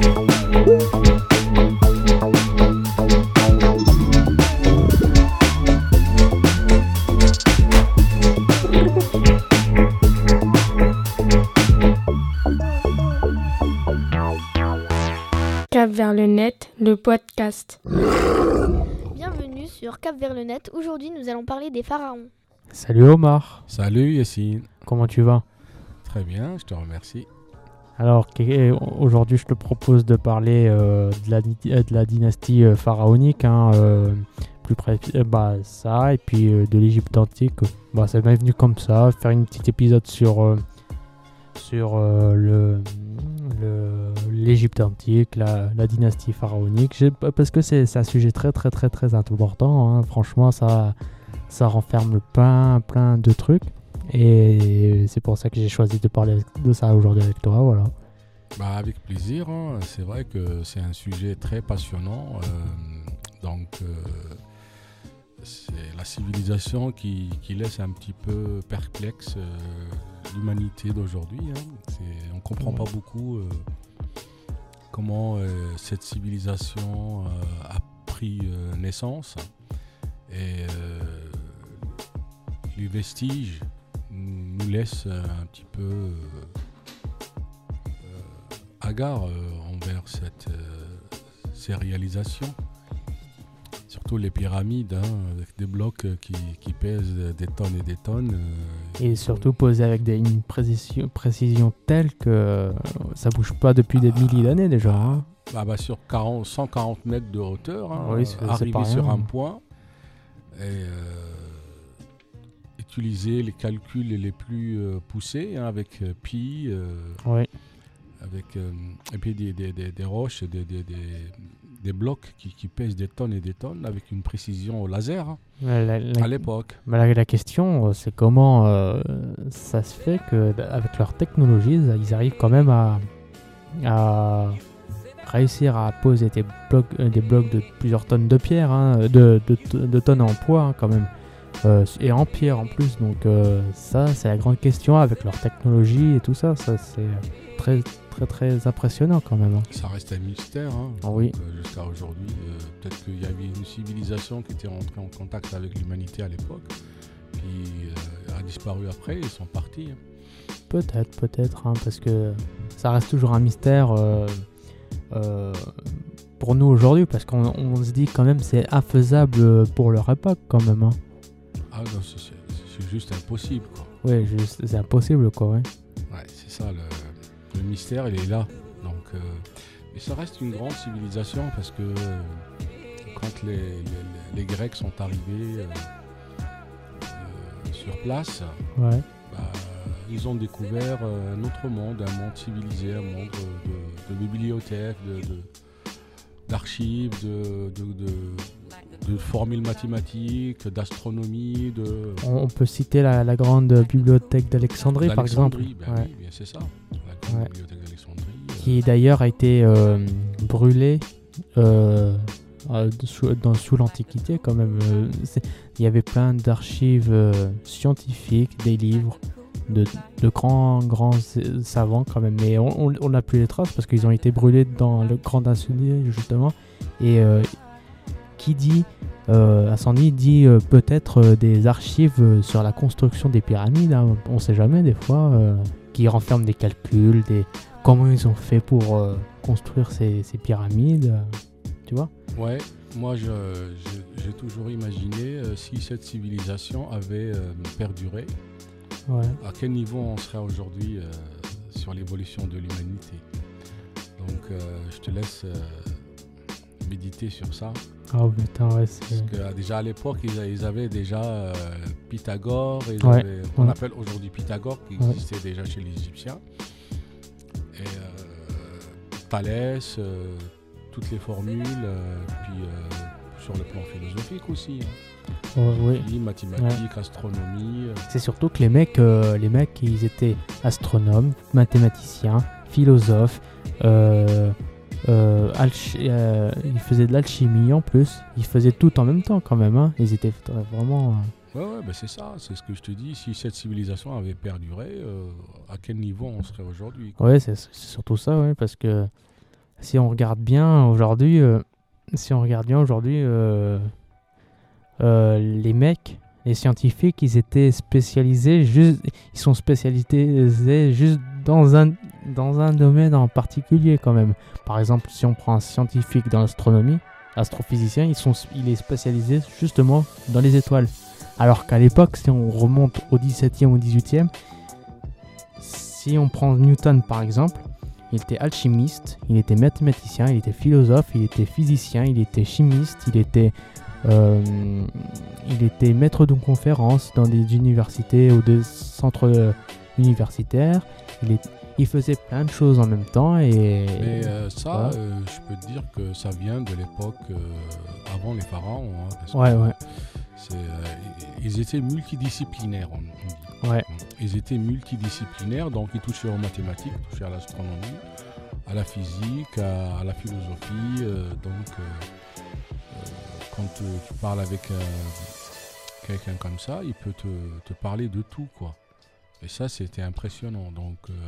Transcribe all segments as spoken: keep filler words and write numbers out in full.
Cap vers le net, le podcast. Bienvenue sur Cap vers le net. Aujourd'hui, nous allons parler des pharaons. Salut Omar. Salut Yassine. Comment tu vas? Très bien, je te remercie. Alors aujourd'hui, je te propose de parler euh, de, la, de la dynastie euh, pharaonique, hein, euh, plus près, euh, bah ça, et puis euh, de l'Égypte antique. Bah ça m'est venu comme ça, faire une petite épisode sur euh, sur euh, le, le l'Égypte antique, la, la dynastie pharaonique, J'ai, parce que c'est, c'est un sujet très très très très important. Hein. Franchement, ça ça renferme plein plein de trucs. Et c'est pour ça que j'ai choisi de parler de ça aujourd'hui avec toi, voilà. Bah avec plaisir, hein. C'est vrai que c'est un sujet très passionnant. Euh, donc, euh, c'est la civilisation qui, qui laisse un petit peu perplexe euh, l'humanité d'aujourd'hui. Hein. C'est, on ne comprend ouais. pas beaucoup euh, comment euh, cette civilisation euh, a pris euh, naissance. Et euh, les vestiges nous laisse un petit peu euh, euh, hagard euh, envers cette, euh, ces réalisations. Surtout les pyramides, hein, avec des blocs qui, qui pèsent des tonnes et des tonnes. Euh, et surtout posés avec des, une précision, précision telle que euh, ça bouge pas depuis des ah, milliers d'années déjà. Hein. Ah bah sur quarante, cent quarante mètres de hauteur, hein, oui, c'est, arriver c'est sur un point. Et, euh, utiliser les calculs les plus euh, poussés hein, avec euh, pi, euh, oui. avec euh, et puis des, des, des, des roches, des, des, des, des blocs qui, qui pèsent des tonnes et des tonnes avec une précision au laser hein, la, la, à l'époque. La, la question, c'est comment euh, ça se fait qu'avec leur technologie, ils arrivent quand même à, à réussir à poser des blocs, des blocs de plusieurs tonnes de pierre, hein, de, de, de tonnes en poids hein, quand même. Euh, et en pierre en plus, donc euh, ça c'est la grande question avec leur technologie et tout ça, ça c'est très très très impressionnant quand même. Hein. Ça reste un mystère, hein. Oh, oui. Donc, euh, jusqu'à aujourd'hui, euh, peut-être qu'il y avait une civilisation qui était rentrée en contact avec l'humanité à l'époque, qui euh, a disparu après, ils sont partis. Hein. Peut-être, peut-être, hein, parce que ça reste toujours un mystère euh, euh, pour nous aujourd'hui, parce qu'on on se dit quand même c'est infaisable pour leur époque quand même. Hein. Ah non, c'est, c'est, c'est juste impossible, quoi. Ouais, juste, c'est impossible, quoi, ouais. Ouais, c'est ça, le, le mystère, il est là. Donc, euh, mais ça reste une grande civilisation parce que euh, quand les, les, les Grecs sont arrivés euh, euh, sur place, ouais. bah, ils ont découvert euh, un autre monde, un monde civilisé, un monde de, de bibliothèques, de, de, d'archives, de... de, de de formules mathématiques, d'astronomie, de... On, on peut citer la, la grande bibliothèque d'Alexandrie, par exemple. Ben ouais. Oui, bien c'est ça. La grande ouais. bibliothèque d'Alexandrie. Qui euh... d'ailleurs a été euh, brûlée euh, euh, sous, dans, sous l'Antiquité quand même. Euh, il y avait plein d'archives euh, scientifiques, des livres, de, de grands, grands savants quand même. Mais on n'a plus les traces parce qu'ils ont été brûlés dans le grand incendie, justement. Et... Euh, qui dit euh, incendie dit euh, peut-être euh, des archives euh, sur la construction des pyramides, hein, on ne sait jamais des fois, euh, qui renferment des calculs, des comment ils ont fait pour euh, construire ces, ces pyramides, euh, tu vois. Ouais, moi je, je, j'ai toujours imaginé euh, si cette civilisation avait euh, perduré, ouais. à quel niveau on serait aujourd'hui euh, sur l'évolution de l'humanité. Donc euh, je te laisse euh, méditer sur ça. Oh putain, ouais, c'est... Parce que euh, déjà à l'époque, ils, ils avaient déjà euh, Pythagore, ils ouais. avaient, qu'on ouais. appelle aujourd'hui Pythagore, qui existait ouais. déjà chez les Égyptiens. Et euh, Thalès, euh, toutes les formules, euh, puis euh, sur le plan philosophique aussi. Hein. Ouais, oui. Mathématiques, ouais. astronomie. Euh. C'est surtout que les mecs, euh, les mecs, ils étaient astronomes, mathématiciens, philosophes. Euh, Euh, alchi- euh, ils faisaient de l'alchimie en plus, ils faisaient tout en même temps quand même, hein. Ils étaient vraiment... Euh... Ouais, ouais, bah c'est ça, c'est ce que je te dis, si cette civilisation avait perduré, euh, à quel niveau on serait aujourd'hui, quoi. Ouais, c'est, c'est surtout ça, ouais, parce que si on regarde bien aujourd'hui, euh, si on regarde bien aujourd'hui, euh, euh, les mecs, les scientifiques, ils étaient spécialisés juste, ils sont spécialisés juste dans un, dans un domaine en particulier quand même. Par exemple, si on prend un scientifique dans l'astronomie, astrophysicien, ils sont, il est spécialisé justement dans les étoiles. Alors qu'à l'époque, si on remonte au dix-septième ou dix-huitième, si on prend Newton par exemple, il était alchimiste, il était mathématicien, il était philosophe, il était physicien, il était chimiste, il était, euh, il était maître de conférences dans des universités ou des centres euh, universitaires. Il, est, il faisait plein de choses en même temps. Et, Mais euh, ça, voilà. euh, je peux te dire que ça vient de l'époque euh, avant les pharaons. Hein, parce Ouais, que ouais. c'est, euh, ils étaient multidisciplinaires, on, on dit. Ouais. Ils étaient multidisciplinaires, donc ils touchaient aux mathématiques, ils touchaient à l'astronomie, à la physique, à, à la philosophie. Euh, donc, euh, euh, quand tu, tu parles avec euh, quelqu'un comme ça, il peut te, te parler de tout, quoi. Et ça, c'était impressionnant. Donc, euh,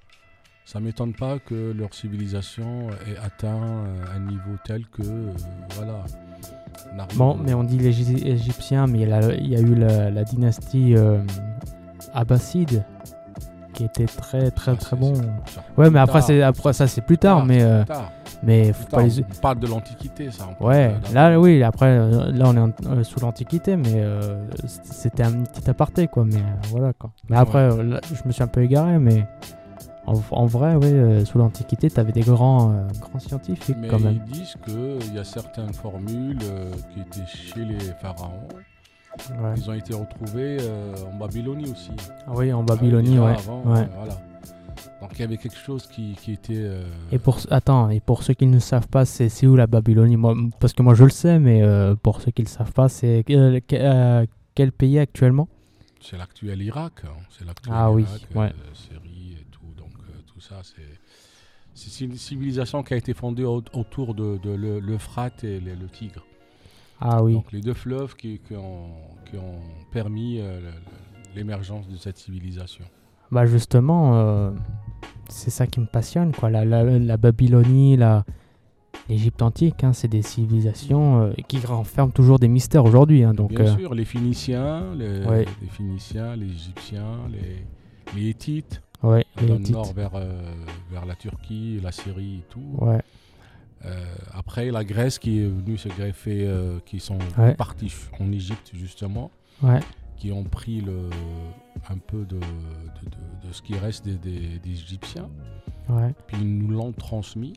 ça ne m'étonne pas que leur civilisation ait atteint un niveau tel que, euh, voilà. on arrive Bon, au- mais on dit les Égy- Égyptiens, mais il y a, la- il y a eu la, la dynastie euh, abbasside qui était très très Ah, très c'est- bon. c'est- ça, Ouais, plus mais après, tard. c'est, après ça c'est plus tard, Ah, mais c'est euh, plus tard. mais faut Plus pas tard, les. On parle de l'Antiquité, ça. on parle Ouais, de- là oui, après euh, là on est en- euh, sous l'Antiquité, mais euh, c- c'était un petit aparté quoi, mais euh, voilà quoi. Mais après, euh, là, je me suis un peu égaré, mais en, en vrai, oui, euh, sous l'Antiquité, t'avais des grands euh, grands scientifiques Mais quand même. ils disent qu'il y a certaines formules euh, qui étaient chez les pharaons. Ouais. Ils ont été retrouvés euh, en Babylonie aussi. Ah oui, en Ah oui, Babylonie, déjà ouais. avant, ouais. euh, voilà. Donc il y avait quelque chose qui, qui était... euh, Et pour attends, et pour ceux qui ne savent pas, c'est, c'est où la Babylonie? Moi, parce que moi je le sais, mais euh, pour ceux qui ne le savent pas, c'est euh, que- euh, quel pays actuellement? C'est l'actuel Irak. hein. C'est l'actuel Ah oui, Irak, ouais. euh, Syrie et tout. Donc euh, tout ça, c'est... C'est une civilisation qui a été fondée au- autour de, de le- l'Euphrate et le, le Tigre. Ah oui, Donc les deux fleuves qui, qui ont, qui ont permis euh, le- le- l'émergence de cette civilisation. bah justement, euh, c'est ça qui me passionne, quoi. La, la, la Babylonie, la, l'Égypte antique, hein, c'est des civilisations euh, qui renferment toujours des mystères aujourd'hui. Hein, donc, Bien euh, sûr, les Phéniciens, les, Ouais. les Phéniciens, les Égyptiens, les, les Hittites, ouais, les dans le Hittites. nord vers, euh, vers la Turquie, la Syrie et tout. Ouais, Euh, après, la Grèce qui est venue se greffer, euh, qui sont Ouais. partis ch- en Égypte justement, ouais, qui ont pris le, un peu de, de, de- de ce qui reste des, des- des Égyptiens, ouais. puis ils nous l'ont transmis.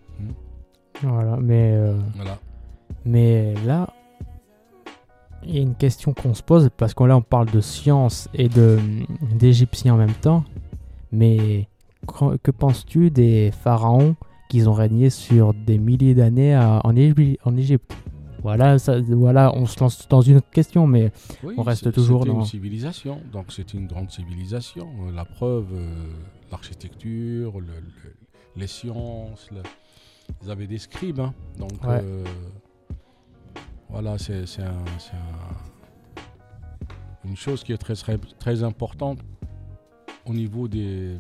Voilà, mais, euh, Voilà. mais là, il y a une question qu'on se pose, parce que là on parle de science et de, d'Égyptiens en même temps, mais que, que penses-tu des pharaons qui ont régné sur des milliers d'années à- en, Égy- en Égypte? Voilà, ça, voilà, on se lance dans une autre question, mais Oui, On reste c'est- toujours c'était dans- une civilisation, donc c'était une grande civilisation. Euh, La preuve, euh, l'architecture, le- le- les sciences, le- ils avaient des scribes, hein. donc Ouais. euh, voilà, c'est c'est un- c'est un- une chose qui est très, très, très importante au niveau des,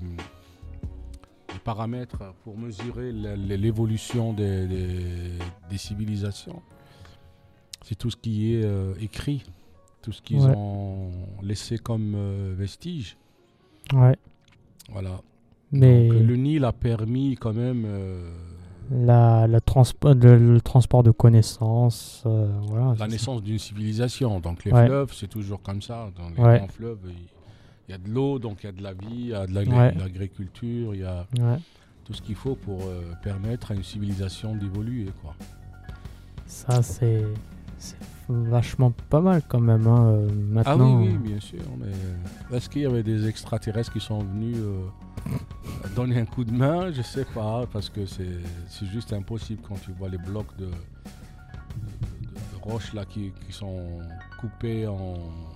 des paramètres pour mesurer la- la- l'évolution des, des- des civilisations. C'est tout ce qui est euh, écrit, tout ce qu'ils Ouais. ont laissé comme euh, vestige. ouais. Voilà. Mais Donc, le Nil a permis quand même. euh, la, la transpo- le, le transport de connaissances, euh, voilà. la c'est- naissance d'une civilisation. Donc les Ouais. fleuves, c'est toujours comme ça. Dans les Ouais. grands fleuves, il il y a de l'eau, donc il y a de la vie, il y a de la- Ouais. de l'agriculture, il y a Ouais. tout ce qu'il faut pour euh, permettre à une civilisation d'évoluer, quoi. Ça, c'est, c'est vachement pas mal quand même. Hein, euh, Ah oui, maintenant, oui, bien sûr. Mais euh, est-ce qu'il y avait des extraterrestres qui sont venus euh, donner un coup de main? Je sais pas, parce que c'est c'est juste impossible quand tu vois les blocs de, de, de- de roches là qui, qui sont coupés en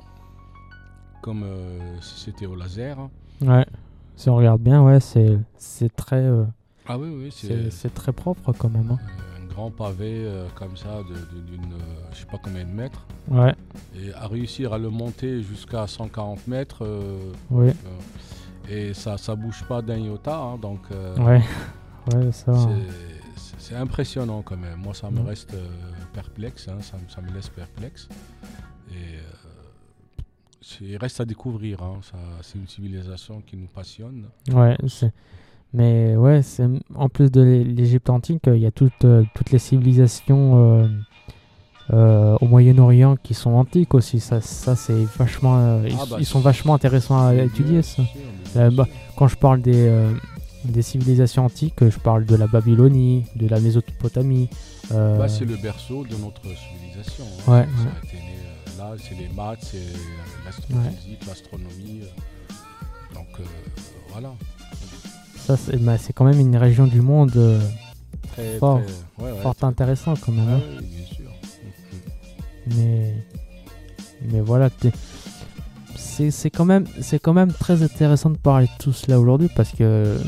comme euh, si c'était au laser. hein. ouais. Si on regarde bien, ouais, c'est, c'est très, euh, Ah oui, oui, c'est, c'est c'est très propre quand même. Hein. euh, un grand pavé euh, comme ça de- de- d'une, euh, je sais pas combien de mètres, Ouais, et à réussir à le monter jusqu'à cent quarante mètres. euh, oui, euh, et ça ça bouge pas d'un iota, hein, donc euh, ouais, ouais, ça. c'est- c'est, c'est impressionnant quand même. Moi, ça me Mm. reste euh, perplexe, hein, ça, me- ça me laisse perplexe. Et euh, c'est- il reste à découvrir. Hein, ça, c'est une civilisation qui nous passionne. Ouais, c'est... Mais ouais, c'est... en plus de l'É- l'Égypte antique, il y a toutes, euh, toutes les civilisations euh, euh, au Moyen-Orient qui sont antiques aussi. Ça, ça c'est vachement, euh, ils, Ah bah, ils sont vachement intéressants à Bien étudier. Ça. sûr, mais Euh, bien bah, sûr. Quand je parle des, euh, des civilisations antiques, je parle de la Babylonie, de la Mésopotamie. euh, Bah, c'est le berceau de notre civilisation. hein. Ouais, Ça ouais. a été né, euh, là, c'est les maths, c'est euh, l'astrophysique, l'astronomie. euh, donc euh, voilà. ça, c'est, bah, c'est quand même une région du monde euh, Très, Fort. très, ouais, ouais, fort très- intéressante quand même. Ah hein. oui, bien sûr. Mhm. Mais, mais voilà, t'es- c'est, c'est, quand même, c'est quand même très intéressant de parler de tout cela aujourd'hui parce que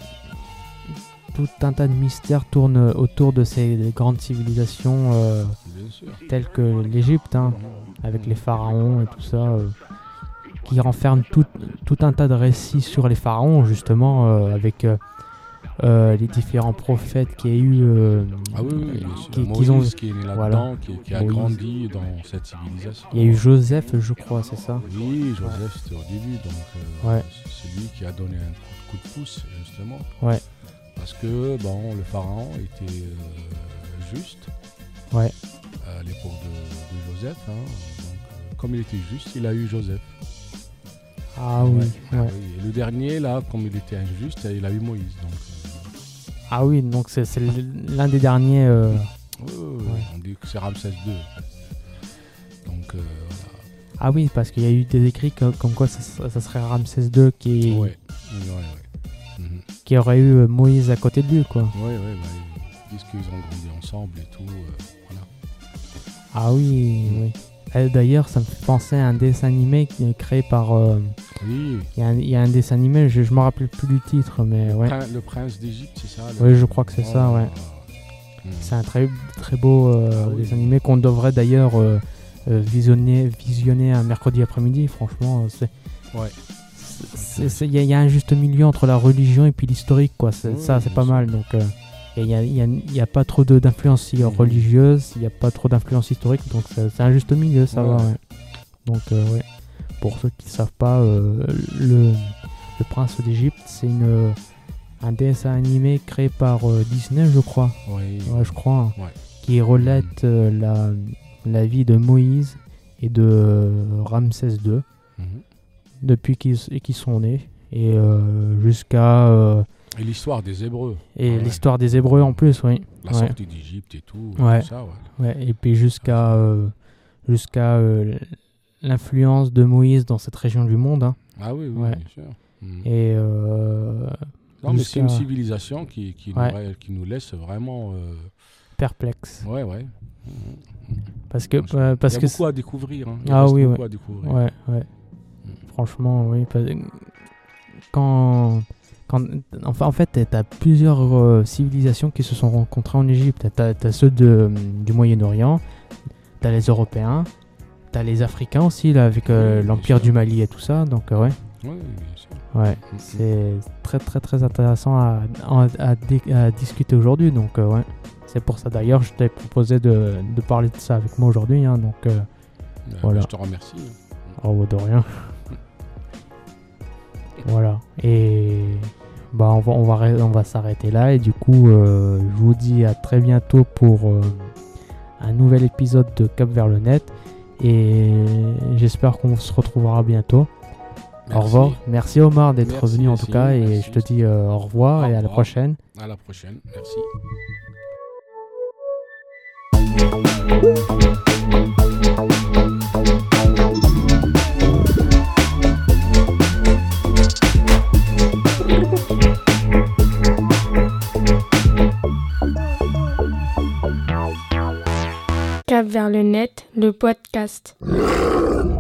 tout un tas de mystères tournent autour de ces grandes civilisations euh, Bien sûr. telles que l'Égypte, hein, avec les pharaons et tout ça, euh, qui renferment tout, tout un tas de récits sur les pharaons, justement, euh, avec euh, euh, les différents prophètes qu'il y a eu. euh, Ah oui, oui, bien sûr. qui- Moïse qu'ils ont- qui est né là-dedans, voilà. qui, qui a Moïse. grandi dans cette civilisation. Il y a eu Joseph, je crois, c'est ça. Oui, Joseph, c'était au début, donc euh, Ouais. c'est lui qui a donné un coup de pouce, justement. Ouais. Parce que bon, le pharaon était euh, juste Ouais. à l'époque de, de Joseph. hein. Donc, euh, comme il était juste, il a eu Joseph. Ah oui, Ouais. ouais. Oui, et le dernier, là, comme il était injuste, il a eu Moïse. Donc, euh, Ah oui, donc c'est, c'est l'un des derniers. euh, oui, oui, oui, Ouais. on dit que c'est Ramsès deux. Donc, euh, Ah oui, parce qu'il y a eu des écrits que- comme quoi ça, serait- ça serait Ramsès deux qui, voilà. Ouais. Ouais, ouais. Mhm. qui aurait eu euh, Moïse à côté de lui, quoi. Ouais, ouais, bah, ils disent qu'ils ont grandi ensemble et tout. euh, voilà. Ah oui, oui. Euh, D'ailleurs, ça me fait penser à un dessin animé qui est créé par. euh, Oui, Il y, a un- il y a un dessin animé, je, je me rappelle plus du titre, mais ouais. Prin- le prince d'Égypte, c'est ça le- Oui, je crois que c'est ça, ouais. Mhm. C'est un très, très beau euh, Ah oui. dessin animé qu'on devrait d'ailleurs euh, euh, visionner, visionner un mercredi après-midi. Franchement, euh, c'est. Ouais. c'est- c'est- Il y, a- il y a un juste milieu entre la religion et puis l'historique, quoi. C'est- Oui, ça, c'est bien pas sûr. mal. Donc, euh, il n'y a, il y a- il y a pas trop de- d'influence Mhm. religieuse, il n'y a pas trop d'influence historique, donc c'est c'est un juste milieu, ça Ouais. va. Ouais. Donc, euh, ouais. Pour ceux qui ne savent pas, euh, le, le Prince d'Égypte, c'est une, euh, un dessin animé créé par euh, Disney, je crois. Oui. Ouais, je crois. hein, Ouais. Qui relate euh, la, la vie de Moïse et de euh, Ramsès deux Mhm. depuis qu'ils qu'ils sont nés et euh, jusqu'à euh, Et l'histoire des Hébreux. et Ah ouais. l'histoire des Hébreux en plus, oui. La Ouais. sortie d'Égypte et tout. Ouais. tout ça, ouais. Ouais, et puis jusqu'à euh, jusqu'à euh, l'influence de Moïse dans cette région du monde. hein. Ah oui, oui, Ouais. bien sûr. Mhm. Et euh, Non, mais c'est une jusqu'à- civilisation qui, qui, Ouais. nous, ra- qui nous laisse vraiment. euh, perplexe. Ouais, ouais. Mhm. Parce que, Franchement, euh, parce Il y a que beaucoup à découvrir. hein. Il Ah reste oui, beaucoup ouais. à découvrir. ouais, ouais. Mm. Franchement, oui. parce- Quand, quand, enfin, en fait, t'as plusieurs euh, civilisations qui se sont rencontrées en Égypte. T'as, t'as ceux de, du Moyen-Orient, t'as les Européens, t'as les Africains aussi, là, avec euh, Oui, bien l'Empire sûr. du Mali et tout ça. Donc, euh, ouais, Oui, bien sûr. ouais. Mhm. C'est très, très, très intéressant à, à, à dé- à discuter aujourd'hui. Donc, euh, ouais. C'est pour ça d'ailleurs, je t'ai proposé de, de parler de ça avec moi aujourd'hui. hein, donc, euh, Euh, Voilà. Je te remercie. oh, de rien. Voilà. Et bah, on va, on va, ré- on va s'arrêter là. Et du coup, euh, je vous dis à très bientôt pour euh, un nouvel épisode de Cap vers le net. Et j'espère qu'on se retrouvera bientôt. Au Merci. revoir. Merci Omar d'être Merci, venu en tout Yassine. cas. Et Merci. je te dis euh, au revoir Au et à la revoir. prochaine. À la prochaine. Merci. Cap vers le net, le podcast.